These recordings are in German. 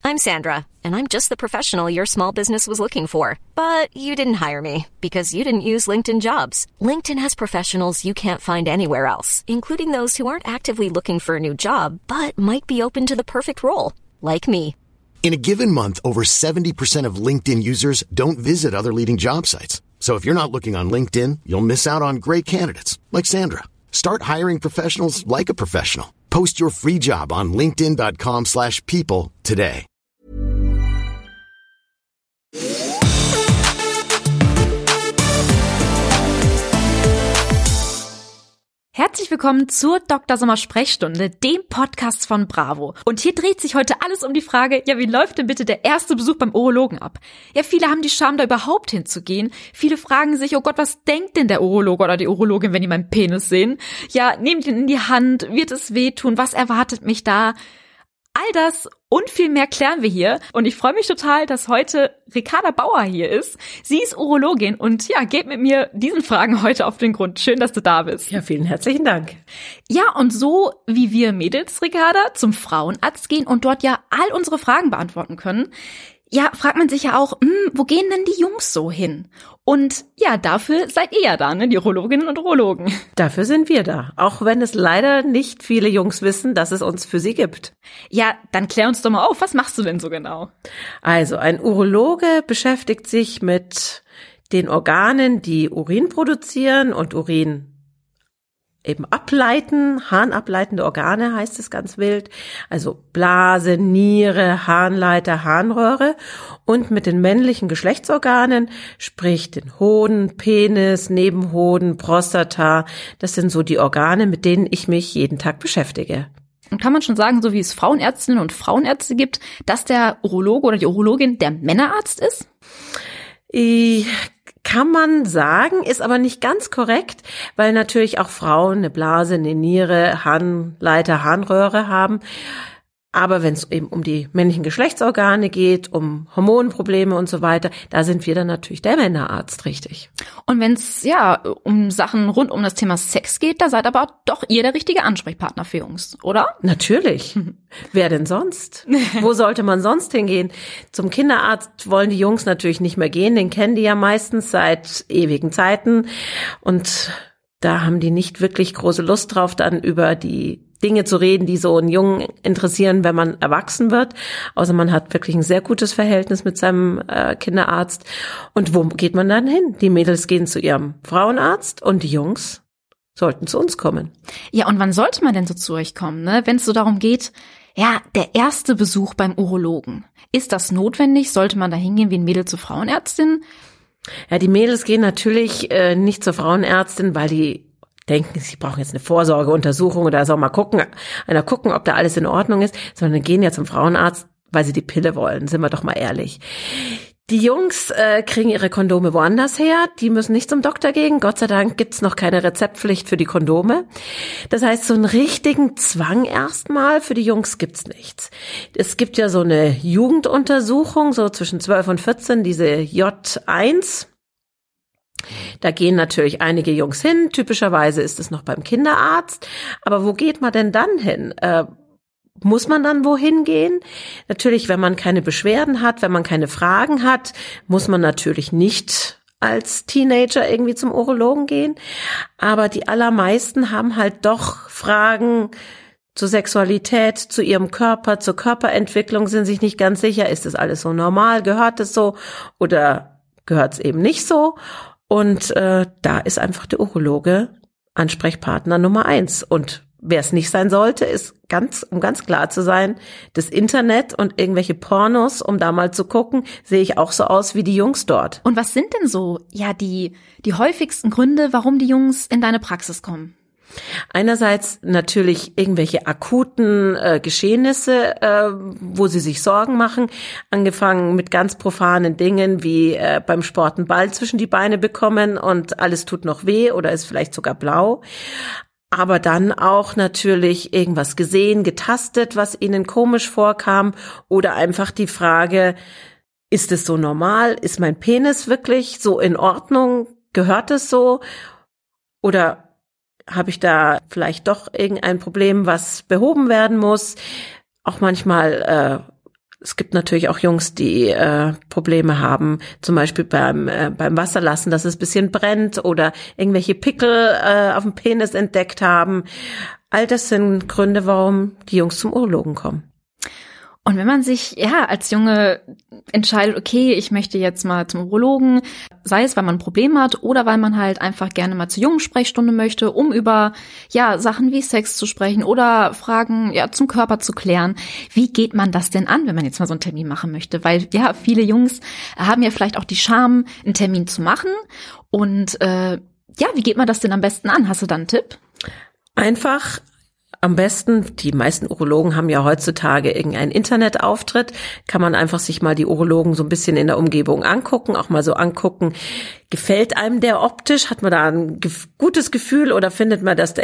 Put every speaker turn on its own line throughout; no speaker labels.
I'm Sandra, and I'm just the professional your small business was looking for. But you didn't hire me because you didn't use LinkedIn Jobs. LinkedIn has professionals you can't find anywhere else, including those who aren't actively looking for a new job, but might be open to the perfect role, like me.
In a given month, over 70% of LinkedIn users don't visit other leading job sites. So if you're not looking on LinkedIn, you'll miss out on great candidates like Sandra. Start hiring professionals like a professional. Post your free job on linkedin.com/people today.
Herzlich willkommen zur Dr. Sommer Sprechstunde, dem Podcast von Bravo. Und hier dreht sich heute alles um die Frage, ja, wie läuft denn bitte der erste Besuch beim Urologen ab? Ja, viele haben die Scham, da überhaupt hinzugehen. Viele fragen sich, oh Gott, was denkt denn der Urologe oder die Urologin, wenn die meinen Penis sehen? Ja, nehmt ihn in die Hand, wird es wehtun, was erwartet mich da? All das und viel mehr klären wir hier. Und ich freue mich total, dass heute Ricarda Bauer hier ist. Sie ist Urologin und ja, geht mit mir diesen Fragen heute auf den Grund. Schön, dass du da bist.
Ja, vielen herzlichen Dank.
Ja, und so wie wir Mädels, Ricarda, zum Frauenarzt gehen und dort ja all unsere Fragen beantworten können, ja, fragt man sich ja auch, wo gehen denn die Jungs so hin? Und ja, dafür seid ihr ja da, ne, die Urologinnen und Urologen.
Dafür sind wir da, auch wenn es leider nicht viele Jungs wissen, dass es uns für sie gibt.
Ja, dann klär uns doch mal auf, was machst du denn so genau?
Also, ein Urologe beschäftigt sich mit den Organen, die Urin produzieren und Urin eben ableiten, harnableitende Organe heißt es ganz wild, also Blase, Niere, Harnleiter, Harnröhre und mit den männlichen Geschlechtsorganen, sprich den Hoden, Penis, Nebenhoden, Prostata, das sind so die Organe, mit denen ich mich jeden Tag beschäftige.
Und kann man schon sagen, so wie es Frauenärztinnen und Frauenärzte gibt, dass der Urologe oder die Urologin der Männerarzt ist?
Kann man sagen, ist aber nicht ganz korrekt, weil natürlich auch Frauen eine Blase, eine Niere, Harnleiter, Harnröhre haben. Aber wenn es eben um die männlichen Geschlechtsorgane geht, um Hormonprobleme und so weiter, da sind wir dann natürlich der Männerarzt, richtig.
Und wenn es ja um Sachen rund um das Thema Sex geht, da seid aber doch ihr der richtige Ansprechpartner für Jungs, oder?
Natürlich. Wer denn sonst? Wo sollte man sonst hingehen? Zum Kinderarzt wollen die Jungs natürlich nicht mehr gehen, den kennen die ja meistens seit ewigen Zeiten. Und da haben die nicht wirklich große Lust drauf, dann über die Dinge zu reden, die so einen Jungen interessieren, wenn man erwachsen wird. Außer man hat wirklich ein sehr gutes Verhältnis mit seinem Kinderarzt. Und wo geht man dann hin? Die Mädels gehen zu ihrem Frauenarzt und die Jungs sollten zu uns kommen.
Ja, und wann sollte man denn so zu euch kommen, ne? Wenn es so darum geht, ja, der erste Besuch beim Urologen. Ist das notwendig? Sollte man da hingehen wie ein Mädel zur Frauenärztin?
Ja, die Mädels gehen natürlich nicht zur Frauenärztin, weil die denken, sie brauchen jetzt eine Vorsorgeuntersuchung oder soll mal gucken, ob da alles in Ordnung ist, sondern gehen ja zum Frauenarzt, weil sie die Pille wollen, sind wir doch mal ehrlich. Die Jungs kriegen ihre Kondome woanders her, die müssen nicht zum Doktor gehen. Gott sei Dank gibt's noch keine Rezeptpflicht für die Kondome. Das heißt, so einen richtigen Zwang erstmal für die Jungs gibt's nichts. Es gibt ja so eine Jugenduntersuchung, so zwischen 12 und 14, diese J1. Da gehen natürlich einige Jungs hin. Typischerweise ist es noch beim Kinderarzt. Aber wo geht man denn dann hin? Muss man dann wohin gehen? Natürlich, wenn man keine Beschwerden hat, wenn man keine Fragen hat, muss man natürlich nicht als Teenager irgendwie zum Urologen gehen. Aber die allermeisten haben halt doch Fragen zur Sexualität, zu ihrem Körper, zur Körperentwicklung, sind sich nicht ganz sicher, ist das alles so normal, gehört es so oder gehört es eben nicht so? Und da ist einfach der Urologe Ansprechpartner Nummer 1. Und wer es nicht sein sollte, ist um ganz klar zu sein, das Internet und irgendwelche Pornos, um da mal zu gucken, sehe ich auch so aus wie die Jungs dort.
Und was sind denn so, ja, die häufigsten Gründe, warum die Jungs in deine Praxis kommen?
Einerseits natürlich irgendwelche akuten Geschehnisse, wo sie sich Sorgen machen, angefangen mit ganz profanen Dingen wie beim Sport einen Ball zwischen die Beine bekommen und alles tut noch weh oder ist vielleicht sogar blau. Aber dann auch natürlich irgendwas gesehen, getastet, was ihnen komisch vorkam oder einfach die Frage, ist es so normal? Ist mein Penis wirklich so in Ordnung? Gehört es so? Oder habe ich da vielleicht doch irgendein Problem, was behoben werden muss? Auch manchmal Es gibt natürlich auch Jungs, die Probleme haben, zum Beispiel beim Wasserlassen, dass es ein bisschen brennt oder irgendwelche Pickel auf dem Penis entdeckt haben. All das sind Gründe, warum die Jungs zum Urologen kommen.
Und wenn man sich als Junge entscheidet, okay, ich möchte jetzt mal zum Urologen, sei es, weil man ein Problem hat oder weil man halt einfach gerne mal zur Jungensprechstunde möchte, um über Sachen wie Sex zu sprechen oder Fragen zum Körper zu klären. Wie geht man das denn an, wenn man jetzt mal so einen Termin machen möchte? Weil viele Jungs haben ja vielleicht auch die Scham, einen Termin zu machen. Und wie geht man das denn am besten an? Hast du da einen Tipp?
Einfach am besten, die meisten Urologen haben ja heutzutage irgendeinen Internetauftritt, kann man einfach sich mal die Urologen so ein bisschen in der Umgebung angucken, auch mal so angucken, gefällt einem der optisch, hat man da ein gutes Gefühl oder findet man, dass der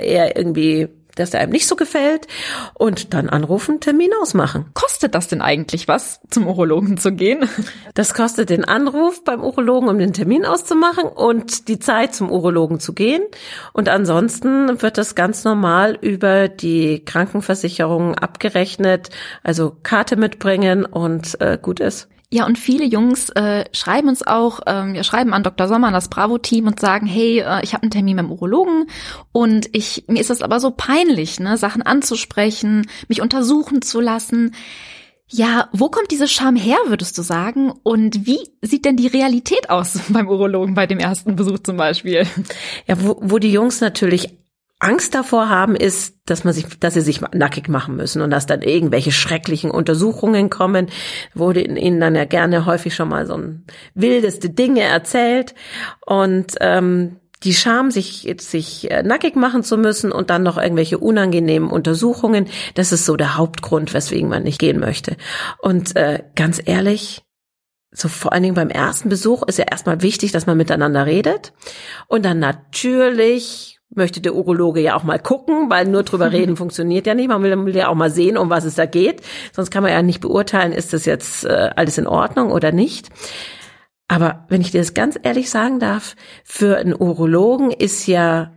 einem nicht so gefällt, und dann anrufen, Termin ausmachen.
Kostet das denn eigentlich was, zum Urologen zu gehen?
Das kostet den Anruf beim Urologen, um den Termin auszumachen, und die Zeit, zum Urologen zu gehen. Und ansonsten wird das ganz normal über die Krankenversicherung abgerechnet, also Karte mitbringen und gut ist.
Ja, und viele Jungs schreiben uns auch, schreiben an Dr. Sommer, an das Bravo-Team und sagen, hey, ich habe einen Termin beim Urologen und mir ist das aber so peinlich, ne, Sachen anzusprechen, mich untersuchen zu lassen. Ja, wo kommt diese Scham her, würdest du sagen? Und wie sieht denn die Realität aus beim Urologen bei dem ersten Besuch zum Beispiel?
Ja, wo die Jungs natürlich Angst davor haben, ist, dass sie sich nackig machen müssen und dass dann irgendwelche schrecklichen Untersuchungen kommen. Wurde ihnen dann ja gerne häufig schon mal so ein wildeste Dinge erzählt, und die Scham, sich nackig machen zu müssen und dann noch irgendwelche unangenehmen Untersuchungen, das ist so der Hauptgrund, weswegen man nicht gehen möchte. Und ganz ehrlich, so vor allen Dingen beim ersten Besuch ist ja erstmal wichtig, dass man miteinander redet, und dann natürlich möchte der Urologe ja auch mal gucken, weil nur drüber reden funktioniert ja nicht. Man will ja auch mal sehen, um was es da geht. Sonst kann man ja nicht beurteilen, ist das jetzt alles in Ordnung oder nicht. Aber wenn ich dir das ganz ehrlich sagen darf, für einen Urologen ist ja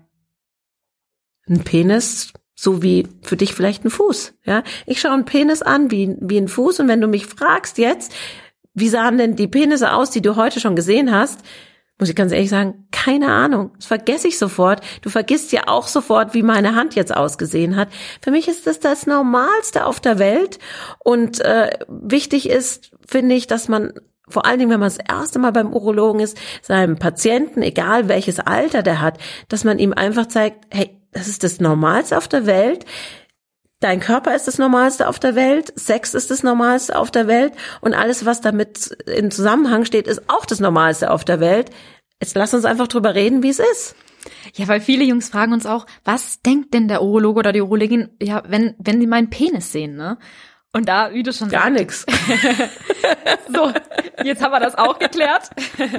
ein Penis so wie für dich vielleicht ein Fuß. Ja, ich schaue einen Penis an wie ein Fuß, und wenn du mich fragst jetzt, wie sahen denn die Penisse aus, die du heute schon gesehen hast, muss ich ganz ehrlich sagen, keine Ahnung. Das vergesse ich sofort. Du vergisst ja auch sofort, wie meine Hand jetzt ausgesehen hat. Für mich ist das Normalste auf der Welt. Und wichtig ist, finde ich, dass man, vor allen Dingen, wenn man das erste Mal beim Urologen ist, seinem Patienten, egal welches Alter der hat, dass man ihm einfach zeigt, hey, das ist das Normalste auf der Welt. Dein Körper ist das Normalste auf der Welt, Sex ist das Normalste auf der Welt, und alles, was damit in Zusammenhang steht, ist auch das Normalste auf der Welt. Jetzt lass uns einfach drüber reden, wie es ist.
Ja, weil viele Jungs fragen uns auch, was denkt denn der Urologe oder die Urologin, wenn sie meinen Penis sehen, ne? Und da, wie du schon sagst.
Gar nichts.
So, jetzt haben wir das auch geklärt.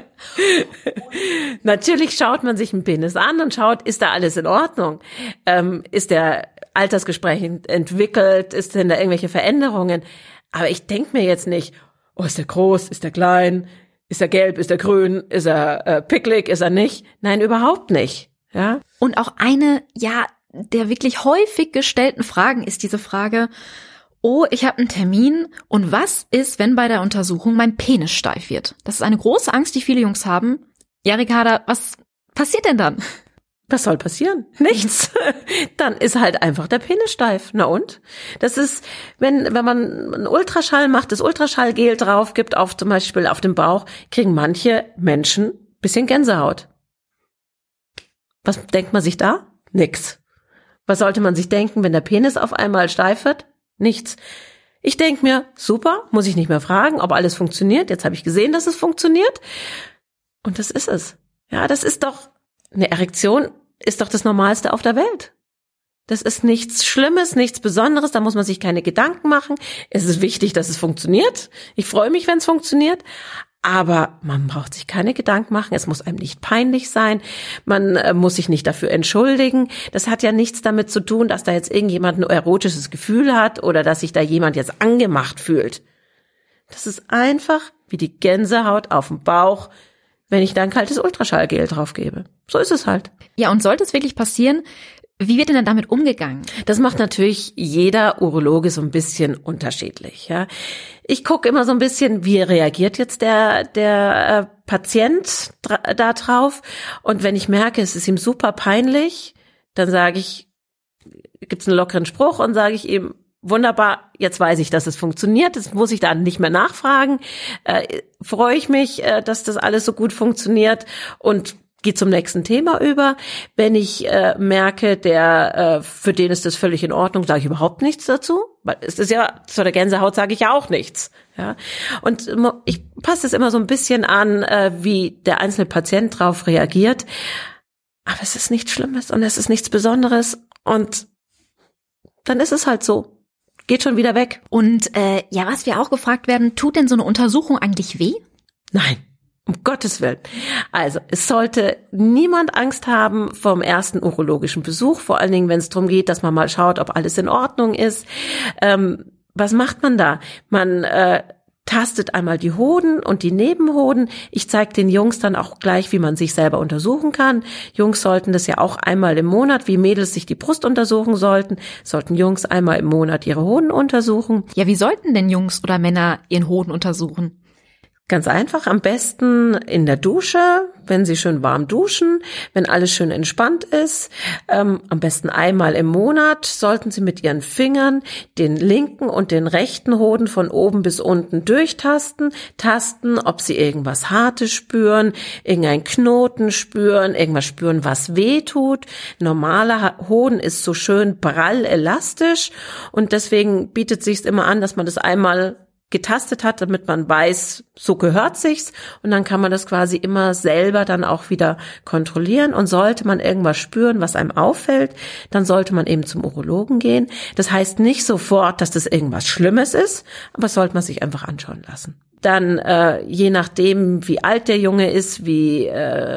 Natürlich schaut man sich einen Penis an und schaut, ist da alles in Ordnung? Ist der altersgesprechend entwickelt? Ist denn da irgendwelche Veränderungen? Aber ich denke mir jetzt nicht, oh, ist der groß, ist der klein, ist er gelb, ist er grün, ist er picklig, ist er nicht? Nein, überhaupt nicht. Ja.
Und auch eine, der wirklich häufig gestellten Fragen ist diese Frage, oh, ich habe einen Termin, und was ist, wenn bei der Untersuchung mein Penis steif wird? Das ist eine große Angst, die viele Jungs haben. Ja, Ricarda, was passiert denn dann?
Was soll passieren? Nichts. Dann ist halt einfach der Penis steif. Na und? Das ist, wenn man einen Ultraschall macht, das Ultraschallgel drauf gibt, zum Beispiel auf dem Bauch, kriegen manche Menschen ein bisschen Gänsehaut. Was denkt man sich da? Nix. Was sollte man sich denken, wenn der Penis auf einmal steif wird? Nichts. Ich denke mir, super, muss ich nicht mehr fragen, ob alles funktioniert. Jetzt habe ich gesehen, dass es funktioniert. Und das ist es. Ja, das ist doch, eine Erektion ist doch das Normalste auf der Welt. Das ist nichts Schlimmes, nichts Besonderes, da muss man sich keine Gedanken machen. Es ist wichtig, dass es funktioniert. Ich freue mich, wenn es funktioniert. Aber man braucht sich keine Gedanken machen, es muss einem nicht peinlich sein, man muss sich nicht dafür entschuldigen. Das hat ja nichts damit zu tun, dass da jetzt irgendjemand ein erotisches Gefühl hat oder dass sich da jemand jetzt angemacht fühlt. Das ist einfach wie die Gänsehaut auf dem Bauch, wenn ich da ein kaltes Ultraschallgel drauf gebe. So ist es halt.
Ja, und sollte es wirklich passieren, Wie wird denn damit umgegangen?
Das macht natürlich jeder Urologe so ein bisschen unterschiedlich. Ja, ich gucke immer so ein bisschen, wie reagiert jetzt der Patient da drauf. Und wenn ich merke, es ist ihm super peinlich, dann sage ich, gibt's einen lockeren Spruch und sage ich ihm, wunderbar, jetzt weiß ich, dass es funktioniert, das muss ich dann nicht mehr nachfragen. Freue ich mich, dass das alles so gut funktioniert und gehe zum nächsten Thema über. Wenn ich merke, für den ist das völlig in Ordnung, sage ich überhaupt nichts dazu. Weil es ist ja, zu der Gänsehaut sage ich ja auch nichts. Ja. Und ich passe es immer so ein bisschen an, wie der einzelne Patient drauf reagiert. Aber es ist nichts Schlimmes und es ist nichts Besonderes und dann ist es halt so. Geht schon wieder weg.
Und was wir auch gefragt werden, tut denn so eine Untersuchung eigentlich weh?
Nein. Um Gottes Willen. Also, es sollte niemand Angst haben vom ersten urologischen Besuch, vor allen Dingen, wenn es darum geht, dass man mal schaut, ob alles in Ordnung ist. Was macht man da? Man tastet einmal die Hoden und die Nebenhoden. Ich zeige den Jungs dann auch gleich, wie man sich selber untersuchen kann. Jungs sollten das ja auch einmal im Monat, wie Mädels sich die Brust untersuchen sollten Jungs einmal im Monat ihre Hoden untersuchen.
Ja, wie sollten denn Jungs oder Männer ihren Hoden untersuchen?
Ganz einfach, am besten in der Dusche, wenn Sie schön warm duschen, wenn alles schön entspannt ist. Am besten einmal im Monat sollten Sie mit Ihren Fingern den linken und den rechten Hoden von oben bis unten durchtasten, ob Sie irgendwas Hartes spüren, irgendeinen Knoten spüren, irgendwas spüren, was weh tut. Normaler Hoden ist so schön prall elastisch und deswegen bietet sich's immer an, dass man das einmal getastet hat, damit man weiß, so gehört sich's und dann kann man das quasi immer selber dann auch wieder kontrollieren und sollte man irgendwas spüren, was einem auffällt, dann sollte man eben zum Urologen gehen. Das heißt nicht sofort, dass das irgendwas Schlimmes ist, aber das sollte man sich einfach anschauen lassen. Dann je nachdem, wie alt der Junge ist, wie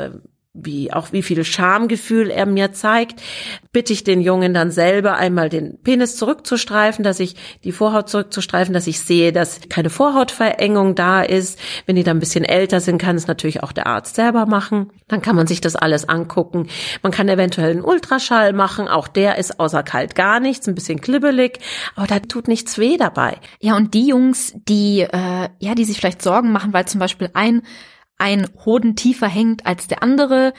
viel Schamgefühl er mir zeigt, bitte ich den Jungen dann selber einmal den Penis zurückzustreifen, die Vorhaut zurückzustreifen, dass ich sehe, dass keine Vorhautverengung da ist. Wenn die dann ein bisschen älter sind, kann es natürlich auch der Arzt selber machen. Dann kann man sich das alles angucken. Man kann eventuell einen Ultraschall machen. Auch der ist außer kalt gar nichts, ein bisschen klibbelig, aber da tut nichts weh dabei.
Ja, und die Jungs, die sich vielleicht Sorgen machen, weil zum Beispiel ein Hoden tiefer hängt als der andere.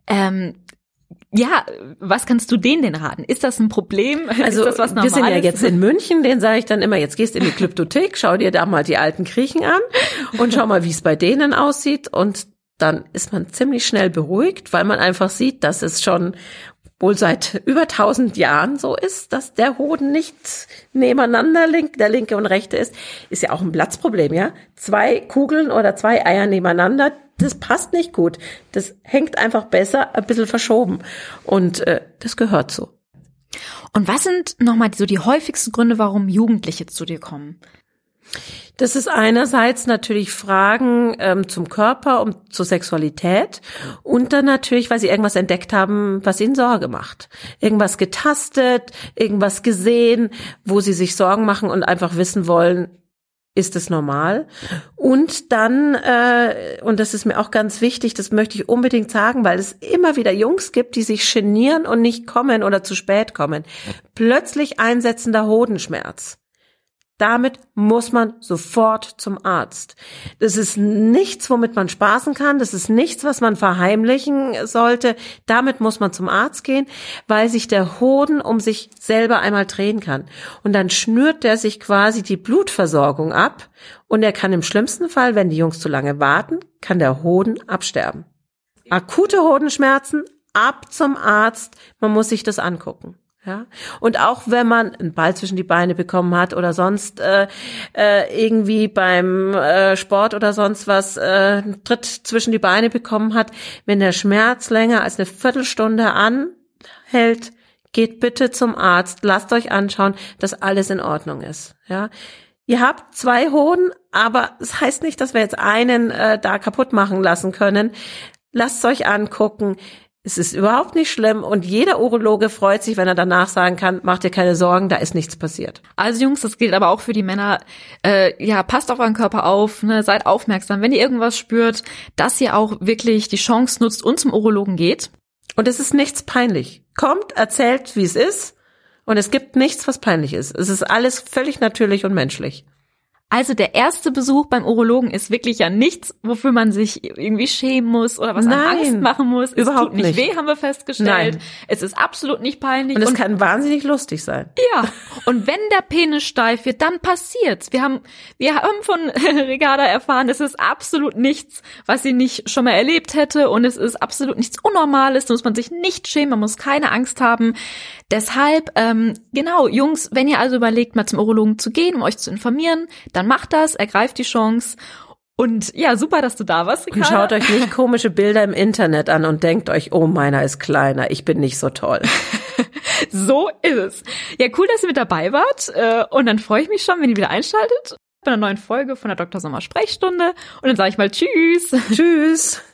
Was kannst du denen denn raten? Ist das ein Problem?
Also,
ist das was Normales?
Wir sind ja jetzt in München, den sage ich dann immer, jetzt gehst du in die Glyptothek, schau dir da mal die alten Griechen an und schau mal, wie es bei denen aussieht und dann ist man ziemlich schnell beruhigt, weil man einfach sieht, dass es schon wohl seit über 1000 Jahren so ist, dass der Hoden nicht nebeneinander der linke und rechte ist ja auch ein Platzproblem, ja. 2 Kugeln oder 2 Eier nebeneinander, das passt nicht gut. Das hängt einfach besser, ein bisschen verschoben. Und das gehört so.
Und was sind nochmal so die häufigsten Gründe, warum Jugendliche zu dir kommen?
Das ist einerseits natürlich Fragen zum Körper und zur Sexualität und dann natürlich, weil sie irgendwas entdeckt haben, was ihnen Sorge macht. Irgendwas getastet, irgendwas gesehen, wo sie sich Sorgen machen und einfach wissen wollen, ist es normal? Und dann, und das ist mir auch ganz wichtig, das möchte ich unbedingt sagen, weil es immer wieder Jungs gibt, die sich genieren und nicht kommen oder zu spät kommen. Plötzlich einsetzender Hodenschmerz. Damit muss man sofort zum Arzt. Das ist nichts, womit man spaßen kann. Das ist nichts, was man verheimlichen sollte. Damit muss man zum Arzt gehen, weil sich der Hoden um sich selber einmal drehen kann. Und dann schnürt der sich quasi die Blutversorgung ab. Und er kann im schlimmsten Fall, wenn die Jungs zu lange warten, kann der Hoden absterben. Akute Hodenschmerzen, ab zum Arzt. Man muss sich das angucken. Ja, und auch wenn man einen Ball zwischen die Beine bekommen hat oder sonst irgendwie beim Sport oder sonst was einen Tritt zwischen die Beine bekommen hat, wenn der Schmerz länger als eine Viertelstunde anhält, geht bitte zum Arzt, lasst euch anschauen, dass alles in Ordnung ist. Ja, ihr habt 2 Hoden, aber es heißt nicht, dass wir jetzt einen da kaputt machen lassen können. Lasst es euch angucken. Es ist überhaupt nicht schlimm und jeder Urologe freut sich, wenn er danach sagen kann, macht dir keine Sorgen, da ist nichts passiert.
Also Jungs, das gilt aber auch für die Männer. Passt auf euren Körper auf, ne? Seid aufmerksam, wenn ihr irgendwas spürt, dass ihr auch wirklich die Chance nutzt und zum Urologen geht.
Und es ist nichts peinlich. Kommt, erzählt, wie es ist. Und es gibt nichts, was peinlich ist. Es ist alles völlig natürlich und menschlich.
Also der erste Besuch beim Urologen ist wirklich ja nichts, wofür man sich irgendwie schämen muss oder was einem Angst machen muss.
Überhaupt
es tut nicht weh, haben wir festgestellt.
Nein.
Es ist absolut nicht peinlich.
Und es kann wahnsinnig lustig sein.
Ja, und wenn der Penis steif wird, dann passiert's. Wir haben von Ricarda erfahren, es ist absolut nichts, was sie nicht schon mal erlebt hätte, und es ist absolut nichts Unnormales, da muss man sich nicht schämen, man muss keine Angst haben. Deshalb, genau, Jungs, wenn ihr also überlegt, mal zum Urologen zu gehen, um euch zu informieren, dann macht das, ergreift die Chance. Und ja, super, dass du da warst, Ricarda.
Und schaut euch nicht komische Bilder im Internet an und denkt euch, oh, meiner ist kleiner, ich bin nicht so toll.
So ist es. Ja, cool, dass ihr mit dabei wart. Und dann freue ich mich schon, wenn ihr wieder einschaltet bei einer neuen Folge von der Dr. Sommer Sprechstunde. Und dann sage ich mal Tschüss.
Tschüss.